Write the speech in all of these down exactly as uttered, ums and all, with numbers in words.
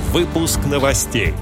Выпуск новостей.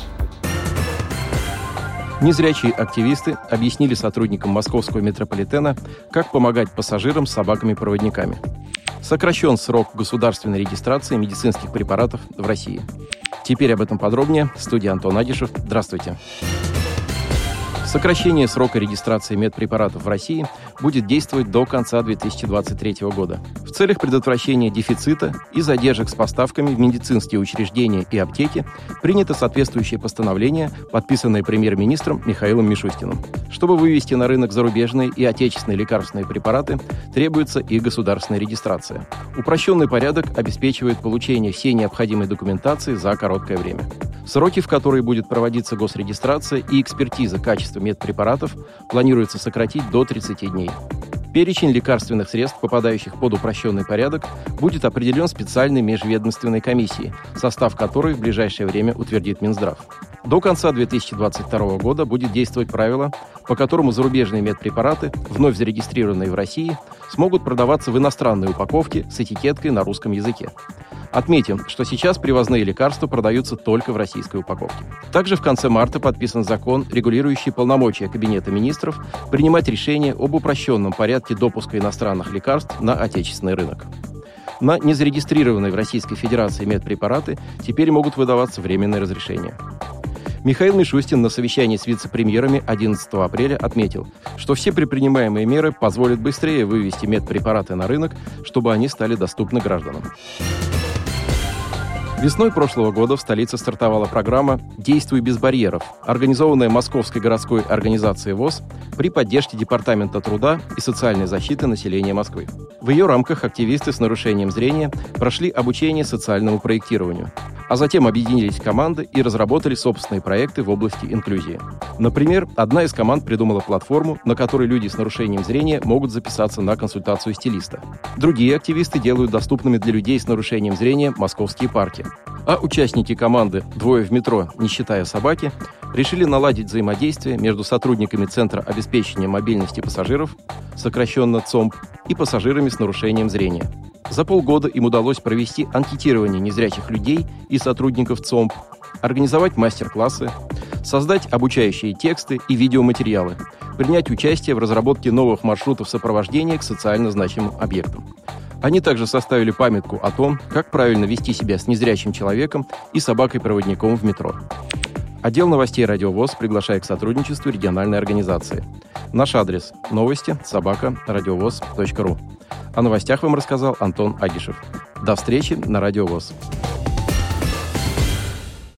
Незрячие активисты объяснили сотрудникам московского метрополитена, как помогать пассажирам с собаками-проводниками. Сокращен срок государственной регистрации медицинских препаратов в России. Теперь об этом подробнее. В студии Антон Агишев. Здравствуйте. Сокращение срока регистрации медпрепаратов в России будет действовать до конца две тысячи двадцать третьего года. В целях предотвращения дефицита и задержек с поставками в медицинские учреждения и аптеки принято соответствующее постановление, подписанное премьер-министром Михаилом Мишустиным. Чтобы вывести на рынок зарубежные и отечественные лекарственные препараты, требуется их государственная регистрация. Упрощенный порядок обеспечивает получение всей необходимой документации за короткое время. Сроки, в которые будет проводиться госрегистрация и экспертиза качества медпрепаратов, планируется сократить до тридцати дней. Перечень лекарственных средств, попадающих под упрощенный порядок, будет определен специальной межведомственной комиссией, состав которой в ближайшее время утвердит Минздрав. До конца две тысячи двадцать второго года будет действовать правило, по которому зарубежные медпрепараты, вновь зарегистрированные в России, смогут продаваться в иностранной упаковке с этикеткой на русском языке. Отметим, что сейчас привозные лекарства продаются только в российской упаковке. Также в конце марта подписан закон, регулирующий полномочия Кабинета министров принимать решения об упрощенном порядке допуска иностранных лекарств на отечественный рынок. На незарегистрированные в Российской Федерации медпрепараты теперь могут выдаваться временные разрешения. Михаил Мишустин на совещании с вице-премьерами одиннадцатого апреля отметил, что все предпринимаемые меры позволят быстрее вывести медпрепараты на рынок, чтобы они стали доступны гражданам. Весной прошлого года в столице стартовала программа «Действуй без барьеров», организованная Московской городской организацией ВОС при поддержке Департамента труда и социальной защиты населения Москвы. В ее рамках активисты с нарушением зрения прошли обучение социальному проектированию, а затем объединились в команды и разработали собственные проекты в области инклюзии. Например, одна из команд придумала платформу, на которой люди с нарушением зрения могут записаться на консультацию стилиста. Другие активисты делают доступными для людей с нарушением зрения московские парки. А участники команды «Двое в метро, не считая собаки» решили наладить взаимодействие между сотрудниками Центра обеспечения мобильности пассажиров, сокращенно ЦОМП, и пассажирами с нарушением зрения. За полгода им удалось провести анкетирование незрячих людей и сотрудников ЦОМП, организовать мастер-классы, создать обучающие тексты и видеоматериалы, принять участие в разработке новых маршрутов сопровождения к социально значимым объектам. Они также составили памятку о том, как правильно вести себя с незрячим человеком и собакой-проводником в метро. Отдел новостей «Радио ВОС» приглашает к сотрудничеству региональной организации. Наш адрес – новости собака радиовоз точка ру. О новостях вам рассказал Антон Агишев. До встречи на «Радио ВОС».